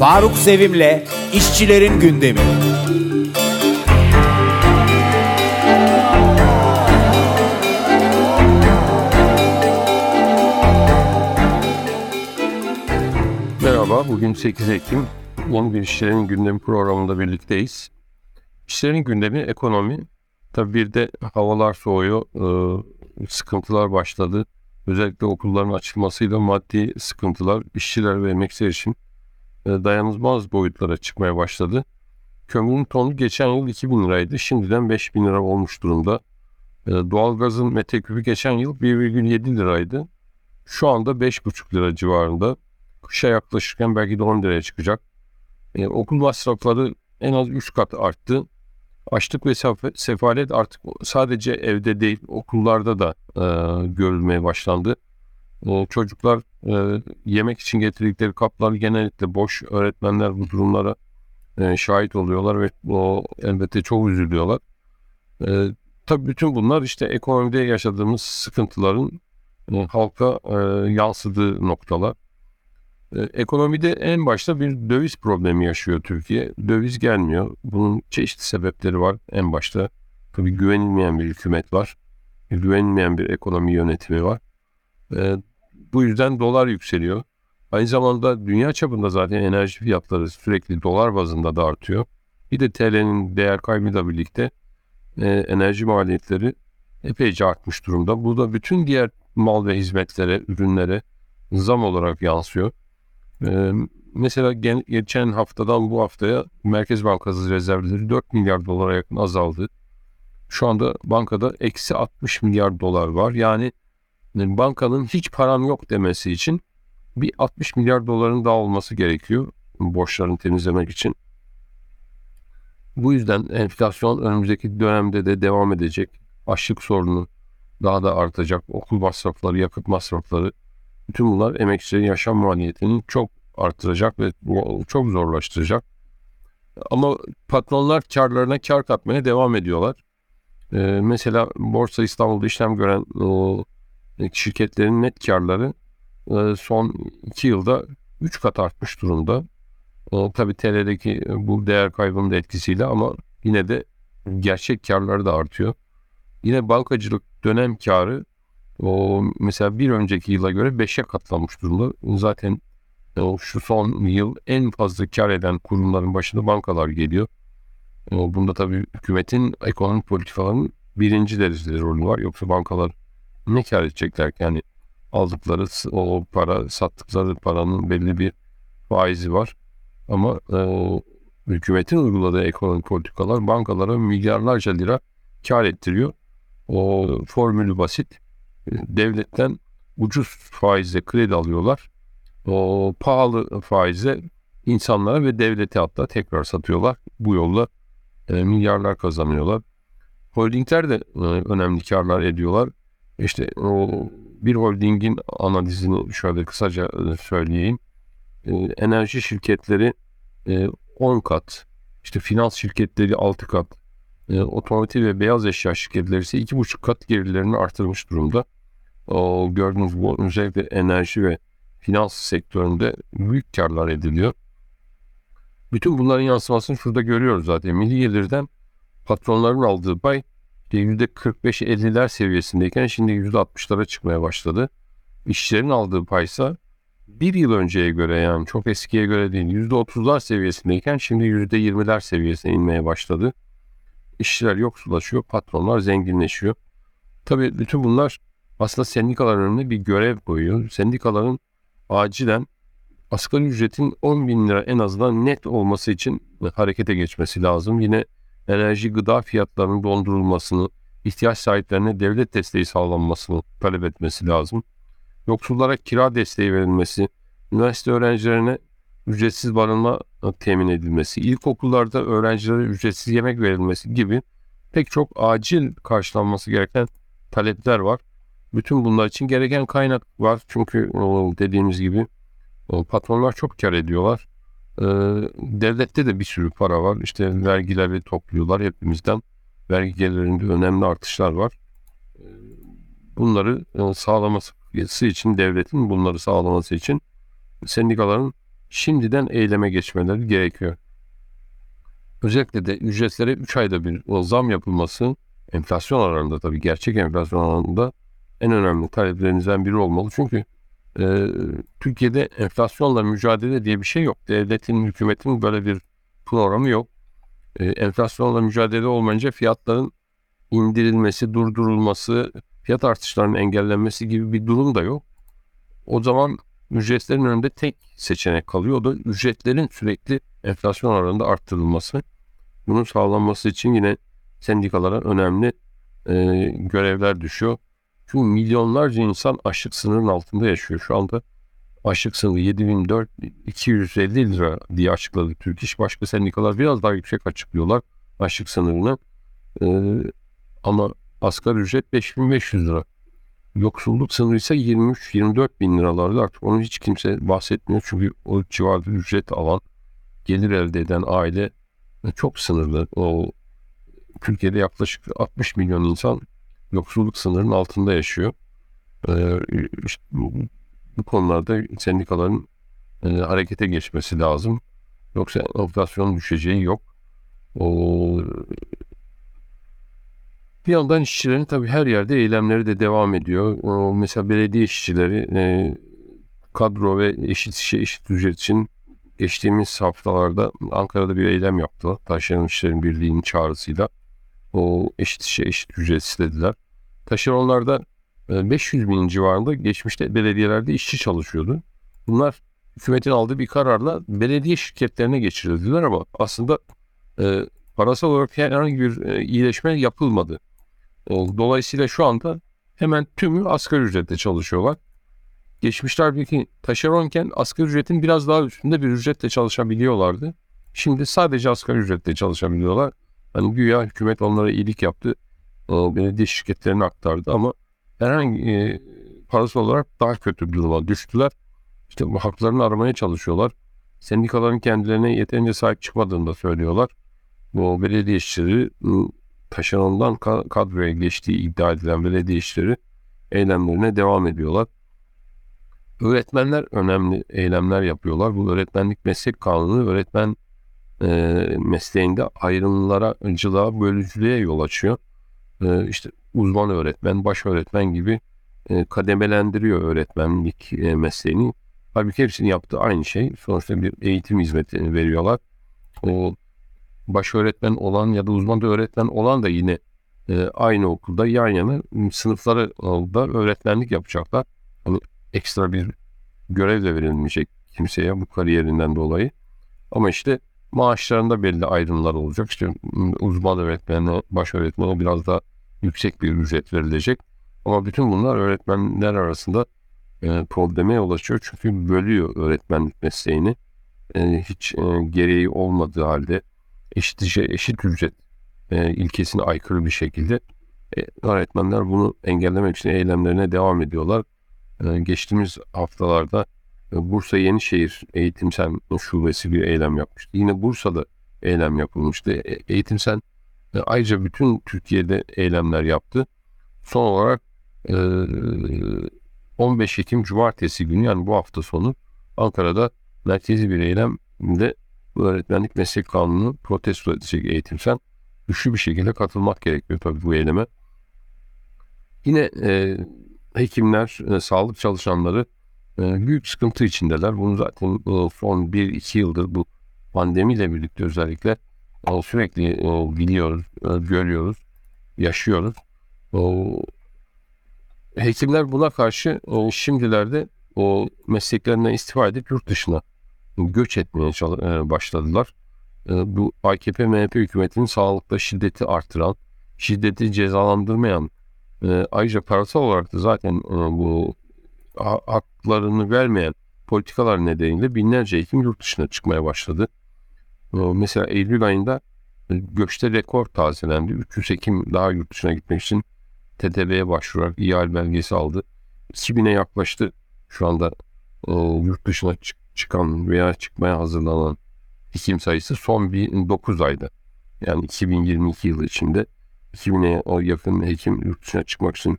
Faruk Sevim'le İşçilerin Gündemi. Merhaba, bugün 8 Ekim. Yeni bir İşçilerin Gündemi programında birlikteyiz. İşçilerin gündemi ekonomi. Tabii bir de havalar soğuyor, sıkıntılar başladı. Özellikle okulların açılmasıyla maddi sıkıntılar işçiler ve emekçiler için dayanılmaz boyutlara çıkmaya başladı. Kömürün tonu geçen yıl 2.000 liraydı, şimdiden 5.000 lira olmuş durumda. Doğalgazın metreküpü geçen yıl 1,7 liraydı. Şu anda 5,5 lira civarında. Kışa yaklaşırken belki de 10 liraya çıkacak. Okul masrafları en az 3 kat arttı. Açlık ve sefalet artık sadece evde değil, okullarda da görülmeye başlandı. Çocuklar yemek için getirdikleri kaplar genellikle boş. Öğretmenler bu durumlara şahit oluyorlar ve elbette çok üzülüyorlar. Tabii bütün bunlar işte ekonomide yaşadığımız sıkıntıların halka yansıdığı noktalar. Ekonomide en başta bir döviz problemi yaşıyor Türkiye. Döviz gelmiyor. Bunun çeşitli sebepleri var. En başta tabii güvenilmeyen bir hükümet var. Güvenilmeyen bir ekonomi yönetimi var. Bu yüzden dolar yükseliyor. Aynı zamanda dünya çapında zaten enerji fiyatları sürekli dolar bazında da artıyor. Bir de TL'nin değer kaybıyla birlikte enerji maliyetleri epeyce artmış durumda. Bu da bütün diğer mal ve hizmetlere, ürünlere zam olarak yansıyor. Mesela geçen haftadan bu haftaya Merkez Bankası rezervleri 4 milyar dolara yakın azaldı. Şu anda bankada eksi 60 milyar dolar var. Yani bankanın hiç param yok demesi için bir 60 milyar doların daha olması gerekiyor borçlarını temizlemek için. Bu yüzden enflasyon önümüzdeki dönemde de devam edecek. Açlık sorunu daha da artacak. Okul masrafları, yakıt masrafları, bütün bunlar emekçilerin yaşam maliyetini çok artıracak ve çok zorlaştıracak. Ama patronlar karlarına kar katmaya devam ediyorlar. Mesela Borsa İstanbul'da işlem gören şirketlerin net karları son 2 yılda 3 kat artmış durumda. Tabii TL'deki bu değer kaybının da etkisiyle ama yine de gerçek karları da artıyor. Yine bankacılık dönem karı mesela bir önceki yıla göre 5'e katlanmış durumda. Zaten şu son yıl en fazla kar eden kurumların başında bankalar geliyor. Bunda tabii hükümetin ekonomik politikalarının birinci derecede rolü var. Yoksa bankalar ne kar edecekler ki? Yani aldıkları o para, sattıkları paranın belli bir faizi var. Ama hükümetin uyguladığı ekonomik politikalar bankalara milyarlarca lira kar ettiriyor. O formülü basit. Devletten ucuz faizle kredi alıyorlar. O pahalı faizle insanlara ve devlete hatta tekrar satıyorlar. Bu yolla milyarlar kazanıyorlar. Holdingler de önemli karlar ediyorlar. İşte bir holdingin analizini şöyle kısaca söyleyeyim. Enerji şirketleri 10 kat, işte finans şirketleri 6 kat, otomotiv ve beyaz eşya şirketleri ise 2,5 kat gelirlerini artırmış durumda. Gördüğünüz bu özellikle enerji ve finans sektöründe büyük karlar ediliyor. Bütün bunların yansımasını şurada görüyoruz zaten. Milli gelirden patronların aldığı pay %45-50'ler seviyesindeyken şimdi %60'lara çıkmaya başladı. İşçilerin aldığı paysa bir yıl önceye göre, yani çok eskiye göre değil, %30'lar seviyesindeyken şimdi %20'ler seviyesine inmeye başladı. İşçiler yoksullaşıyor, patronlar zenginleşiyor. Tabii bütün bunlar aslında sendikaların önüne bir görev koyuyor. Sendikaların acilen asgari ücretin 10.000 lira en azından net olması için harekete geçmesi lazım. Yine enerji, gıda fiyatlarının dondurulmasını, ihtiyaç sahiplerine devlet desteği sağlanmasını talep etmesi lazım. Yoksullara kira desteği verilmesi, üniversite öğrencilerine ücretsiz barınma temin edilmesi, ilkokullarda öğrencilere ücretsiz yemek verilmesi gibi pek çok acil karşılanması gereken talepler var. Bütün bunlar için gereken kaynak var. Çünkü dediğimiz gibi patronlar çok kar ediyorlar. Devlette de bir sürü para var. İşte vergileri topluyorlar hepimizden. Vergi gelirlerinde önemli artışlar var. Bunları sağlaması için, devletin bunları sağlaması için sendikaların şimdiden eyleme geçmeleri gerekiyor. Özellikle de ücretlere 3 ayda bir zam yapılması enflasyon oranında, tabii gerçek enflasyon oranında en önemli taleplerinizden biri olmalı. Çünkü Türkiye'de enflasyonla mücadele diye bir şey yok. Devletin, hükümetin böyle bir programı yok. Enflasyonla mücadele olmayınca fiyatların indirilmesi, durdurulması, fiyat artışlarının engellenmesi gibi bir durum da yok. O zaman ücretlerin önünde tek seçenek kalıyor. O da ücretlerin sürekli enflasyon oranında arttırılması. Bunun sağlanması için yine sendikalara önemli görevler düşüyor. Çünkü milyonlarca insan açlık sınırının altında yaşıyor. Şu anda açlık sınırı 7.250 lira diye açıkladı Türk İş. Başka sendikalar biraz daha yüksek açıklıyorlar açlık sınırını. Ama asgari ücret 5.500 lira. Yoksulluk sınırı ise 23-24 bin liralarda, artık onu hiç kimse bahsetmiyor. Çünkü o civarda ücret alan, gelir elde eden aile çok sınırlı. Türkiye'de yaklaşık 60 milyon insan yoksulluk sınırının altında yaşıyor. İşte bu konularda sendikaların harekete geçmesi lazım. Yoksa enflasyonun düşeceği yok. Bir yandan işçilerin tabii her yerde eylemleri de devam ediyor. Mesela belediye işçileri kadro ve eşit işe eşit ücret için geçtiğimiz haftalarda Ankara'da bir eylem yaptılar. Taşeron İşçilerin Birliği'nin çağrısıyla eşit işe eşit ücret istediler. Taşeronlarda 500 bin civarında geçmişte belediyelerde işçi çalışıyordu. Bunlar hükümetin aldığı bir kararla belediye şirketlerine geçirildiler ama aslında parasal olarak herhangi bir iyileşme yapılmadı. Dolayısıyla şu anda hemen tümü asgari ücretle çalışıyorlar. Geçmişlerdeki taşeronken asgari ücretin biraz daha üstünde bir ücretle çalışabiliyorlardı. Şimdi sadece asgari ücretle çalışabiliyorlar. Hani güya hükümet onlara iyilik yaptı. Belediye şirketlerine aktardı ama herhangi parasal olarak daha kötü duruma düştüler. İşte bu haklarını aramaya çalışıyorlar. Sendikaların kendilerine yeterince sahip çıkmadığını da söylüyorlar. Bu belediye işçileri, taşerondan kadroya geçtiği iddia edilen belediye işçileri eylemlerine devam ediyorlar. Öğretmenler önemli eylemler yapıyorlar. Bu öğretmenlik meslek kanunu öğretmen mesleğinde ayrımlara, ıncılığa, bölücülüğe yol açıyor. İşte uzman öğretmen, baş öğretmen gibi kademelendiriyor öğretmenlik mesleğini. Halbuki hepsinin yaptığı aynı şey. Sonuçta bir eğitim hizmeti veriyorlar. Baş öğretmen olan ya da uzman öğretmen olan da yine aynı okulda yan yana sınıflara da öğretmenlik yapacaklar. Hani ekstra bir görev de verilmeyecek kimseye bu kariyerinden dolayı. Ama işte maaşlarında belli ayrımlar olacak. İşte uzman öğretmene, baş öğretmene biraz daha yüksek bir ücret verilecek. Ama bütün bunlar öğretmenler arasında probleme yol açıyor. Çünkü bölüyor öğretmenlik mesleğini. Hiç gereği olmadığı halde eşit ücret ilkesine aykırı bir şekilde öğretmenler bunu engellemek için eylemlerine devam ediyorlar. Geçtiğimiz haftalarda Bursa Yenişehir Eğitimsen Şubesi bir eylem yapmıştı. Yine Bursa'da eylem yapılmıştı. Eğitimsen ayrıca bütün Türkiye'de eylemler yaptı. Son olarak 15 Ekim Cumartesi günü, yani bu hafta sonu Ankara'da merkezi bir eylemde öğretmenlik meslek kanunu protesto edecek Eğitimsen. Güçlü bir şekilde katılmak gerekiyor tabii bu eyleme. Yine hekimler, sağlık çalışanları büyük sıkıntı içindeler. Bunu zaten son 1-2 yıldır bu pandemiyle birlikte özellikle sürekli biliyoruz, görüyoruz, yaşıyoruz. Hekimler buna karşı şimdilerde mesleklerinden istifa edip yurt dışına göç etmeye başladılar. Bu AKP-MHP hükümetinin sağlıkta şiddeti artıran, şiddeti cezalandırmayan, ayrıca parasal olarak da zaten bu haklarını vermeyen politikalar nedeniyle binlerce hekim yurt dışına çıkmaya başladı. Mesela Eylül ayında göçte rekor tazelendi. 300 hekim daha yurt dışına gitmek için TTB'ye başvurarak ihale belgesi aldı. 2000'e yaklaştı şu anda yurt dışına çıkan veya çıkmaya hazırlanan hekim sayısı son 9 ayda. Yani 2022 yılı içinde 2000'e yakın hekim yurt dışına çıkmak için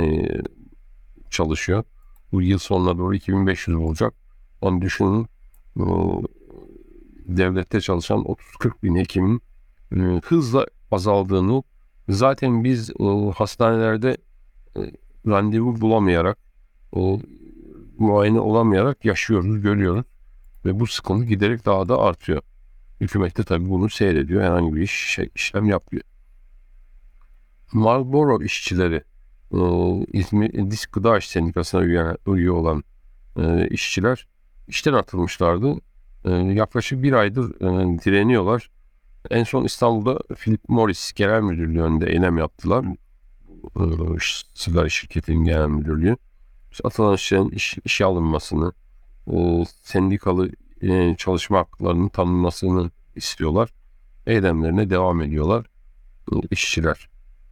çalışıyor. Bu yıl sonuna doğru 2500 olacak. Onu düşünün. devlette çalışan 30-40 bin hekimin hızla azaldığını, zaten biz hastanelerde randevu bulamayarak, muayene olamayarak yaşıyoruz, görüyoruz ve bu sıkıntı giderek daha da artıyor. Hükümet de tabii bunu seyrediyor, herhangi bir işlem yapmıyor. Marlboro işçileri, İzmir Disk Gıda İş Sendikası'na üye olan işçiler işten atılmışlardı. Yaklaşık bir aydır direniyorlar. En son İstanbul'da Philip Morris Genel Müdürlüğü önünde eylem yaptılar. Sigara şirketinin genel müdürlüğü. Atılan işlerin işe alınmasını, sendikalı çalışma haklarının tanınmasını istiyorlar. Eylemlerine devam ediyorlar işçiler.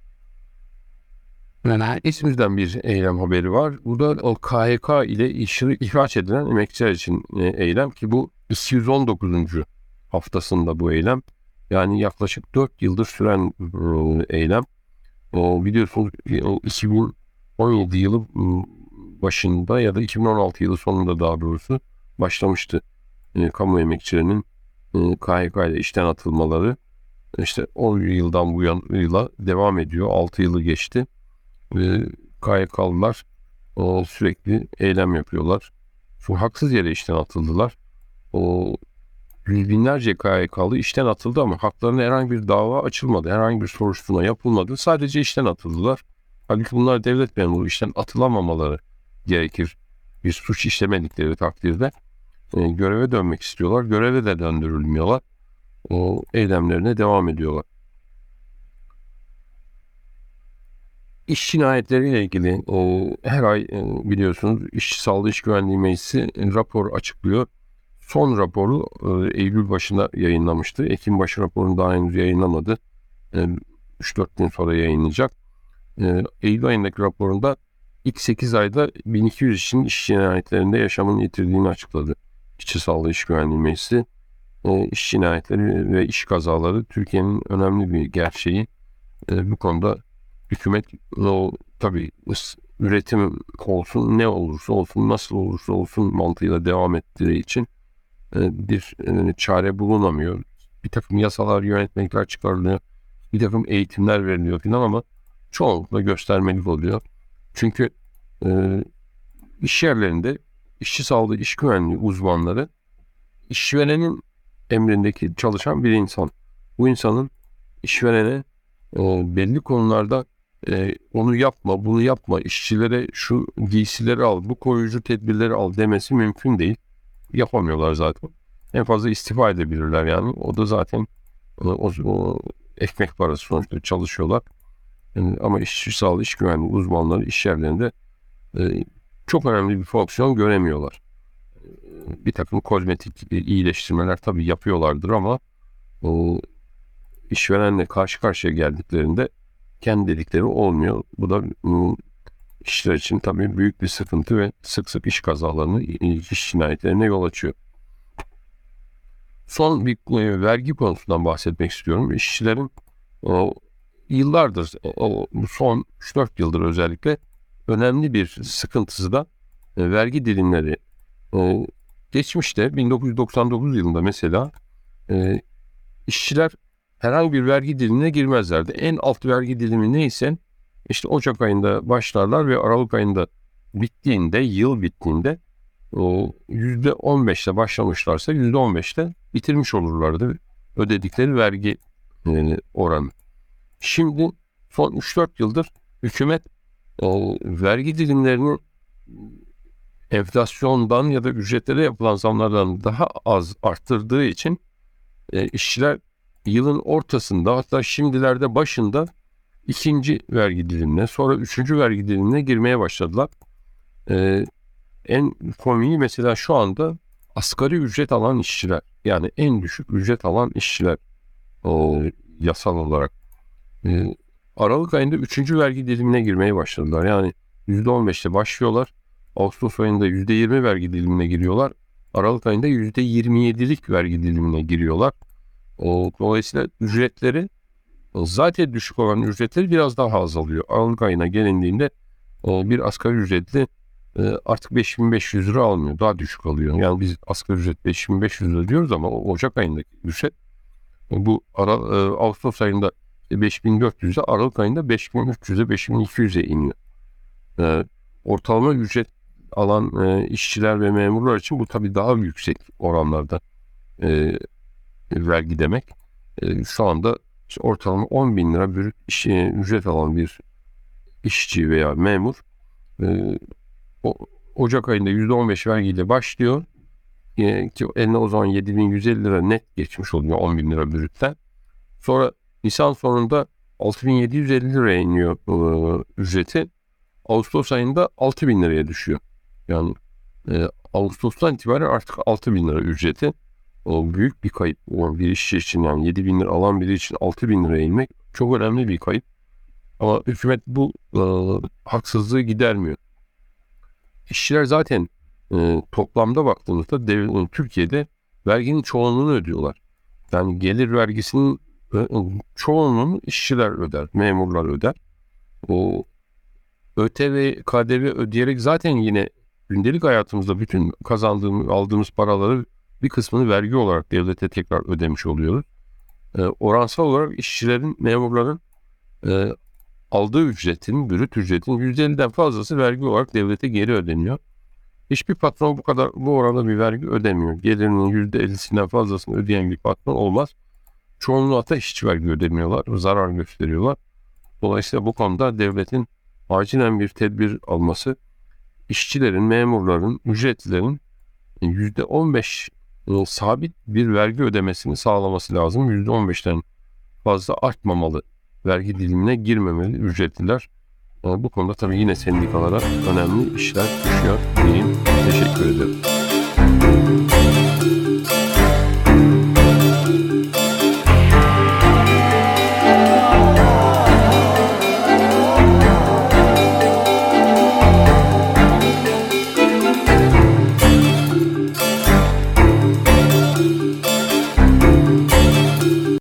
İzmir'den bir eylem haberi var. Bu da KHK ile ihraç edilen emekçiler için eylem, ki bu 219. haftasında bu eylem. Yani yaklaşık 4 yıldır süren eylem. Biliyorsunuz 2017 yılı başında ya da 2016 yılı sonunda daha doğrusu başlamıştı kamu emekçilerinin KHK ile işten atılmaları. İşte 10 yıldan bu yıla devam ediyor. 6 yılı geçti. KHK'lılar sürekli eylem yapıyorlar. Haksız yere işten atıldılar. Yüz binlerce KHK'lı işten atıldı ama haklarına herhangi bir dava açılmadı. Herhangi bir soruşturma yapılmadı. Sadece işten atıldılar. Halbuki bunlar devlet memuru, işten atılamamaları gerekir. Bir suç işlemedikleri takdirde göreve dönmek istiyorlar. Göreve de döndürülmüyorlar. Eylemlerine devam ediyorlar. İş cinayetleriyle ilgili her ay biliyorsunuz İşçi Sağlığı İş Güvenliği Meclisi rapor açıklıyor. Son raporu Eylül başında yayınlamıştı. Ekim başı raporunu daha henüz yayınlamadı. 3-4 gün sonra yayınlayacak. Eylül ayındaki raporunda ilk 8 ayda 1200 işin iş cinayetlerinde yaşamını yitirdiğini açıkladı. İşçi Sağlığı İş Güvenliği Meclisi. İş cinayetleri ve iş kazaları Türkiye'nin önemli bir gerçeği. Bu konuda hükümet tabii üretim olsun, ne olursa olsun, nasıl olursa olsun mantığıyla devam ettiği için bir çare bulunamıyor. Bir takım yasalar, yönetmelikler çıkarılıyor. Bir takım eğitimler veriliyor falan ama çoğunlukla göstermelik oluyor. Çünkü iş yerlerinde işçi sağlığı, iş güvenliği uzmanları işverenin emrindeki çalışan bir insan. Bu insanın işverene belli konularda onu yapma, bunu yapma, işçilere şu giysileri al, bu koruyucu tedbirleri al demesi mümkün değil. Yapamıyorlar zaten. En fazla istifa edebilirler yani. O da zaten o ekmek parası, sonuçta çalışıyorlar. Ama işçi sağlığı, iş güvenliği uzmanları iş yerlerinde çok önemli bir fonksiyon göremiyorlar. Bir takım kozmetik iyileştirmeler tabii yapıyorlardır ama işverenle karşı karşıya geldiklerinde kendi dedikleri olmuyor. Bu da işçiler için tabii büyük bir sıkıntı ve sık sık iş kazalarını, iş cinayetlerine yol açıyor. Son bir vergi konusundan bahsetmek istiyorum. İşçilerin yıllardır, son 3-4 yıldır özellikle önemli bir sıkıntısı da vergi dilimleri. Geçmişte 1999 yılında mesela işçiler herhangi bir vergi dilimine girmezlerdi. En alt vergi dilimi neyse işte Ocak ayında başlarlar ve Aralık ayında bittiğinde, yıl bittiğinde %15'te başlamışlarsa %15'te bitirmiş olurlardı ödedikleri vergi oranı. Şimdi son 3-4 yıldır hükümet vergi dilimlerini enflasyondan ya da ücretlere yapılan zamlardan daha az arttırdığı için işçiler yılın ortasında, hatta şimdilerde başında ikinci vergi dilimine, sonra üçüncü vergi dilimine girmeye başladılar. En komiği mesela şu anda asgari ücret alan işçiler, yani en düşük ücret alan işçiler yasal olarak Aralık ayında üçüncü vergi dilimine girmeye başladılar. Yani %15'te başlıyorlar. Ağustos ayında %20 vergi dilimine giriyorlar. Aralık ayında %27'lik vergi dilimine giriyorlar. Dolayısıyla ücretleri, zaten düşük olan ücretleri biraz daha azalıyor. Aralık ayına gelindiğinde bir asgari ücretli artık 5.500 lira almıyor. Daha düşük alıyor. Yani biz asgari ücret 5.500 lira diyoruz ama Ocak ayındaki ücret bu Ağustos ayında 5.400'e, Aralık ayında 5.300'e 5.200'e iniyor. Ortalama ücret alan işçiler ve memurlar için bu tabii daha yüksek oranlarda vergi demek. Şu anda ortalama 10.000 lira bir ücret alan bir işçi veya memur Ocak ayında %15 vergiyle başlıyor. Ki eline o zaman 7.150 lira net geçmiş oluyor 10.000 lira brütten. Sonra Nisan sonunda 6.750 liraya iniyor ücreti. Ağustos ayında 6.000 liraya düşüyor. Yani Ağustos'tan itibaren artık 6.000 lira ücreti. O büyük bir kayıp. O bir işçi için, yani 7.000 lira alan biri için 6.000 liraya inmek çok önemli bir kayıp. Ama hükümet bu haksızlığı gidermiyor. İşçiler zaten toplamda baktığımızda Türkiye'de verginin çoğunluğunu ödüyorlar. Yani gelir vergisinin çoğunluğunu işçiler öder, memurlar öder. O ÖTV, KDV ödeyerek zaten yine gündelik hayatımızda bütün aldığımız paraları bir kısmını vergi olarak devlete tekrar ödemiş oluyoruz. Oransal olarak işçilerin, memurların aldığı ücretin, brüt ücretin %50'den fazlası vergi olarak devlete geri ödeniyor. Hiçbir patron bu oranda bir vergi ödemiyor. Gelirinin %50'sinden fazlasını ödeyen bir patron olmaz. Çoğunluğu hatta hiç vergi ödemiyorlar, zarar gösteriyorlar. Dolayısıyla bu konuda devletin acilen bir tedbir alması, işçilerin, memurların, ücretlilerin %15 sabit bir vergi ödemesini sağlaması lazım. %15'ten fazla artmamalı, vergi dilimine girmemeli ücretliler. Bu konuda tabii yine sendikalara önemli işler düşüyor diyeyim. Teşekkür ederim.